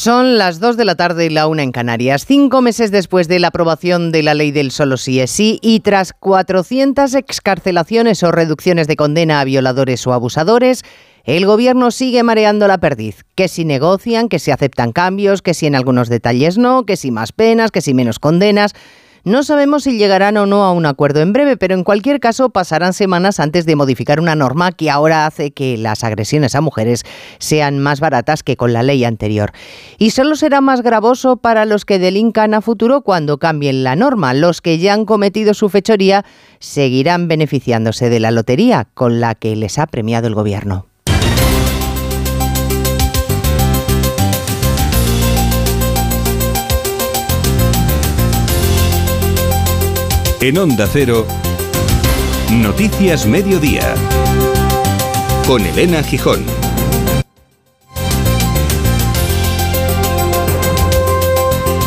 Son las 2 de la tarde y la 1 en Canarias. 5 meses después de la aprobación de la ley del solo sí es sí y tras 400 excarcelaciones o reducciones de condena a violadores o abusadores, el gobierno sigue mareando la perdiz. Que si negocian, que si aceptan cambios, que si en algunos detalles no, que si más penas, que si menos condenas. No sabemos si llegarán o no a un acuerdo en breve, pero en cualquier caso pasarán semanas antes de modificar una norma que ahora hace que las agresiones a mujeres sean más baratas que con la ley anterior. Y solo será más gravoso para los que delincan a futuro cuando cambien la norma. Los que ya han cometido su fechoría seguirán beneficiándose de la lotería con la que les ha premiado el gobierno. En Onda Cero, Noticias Mediodía, con Elena Gijón.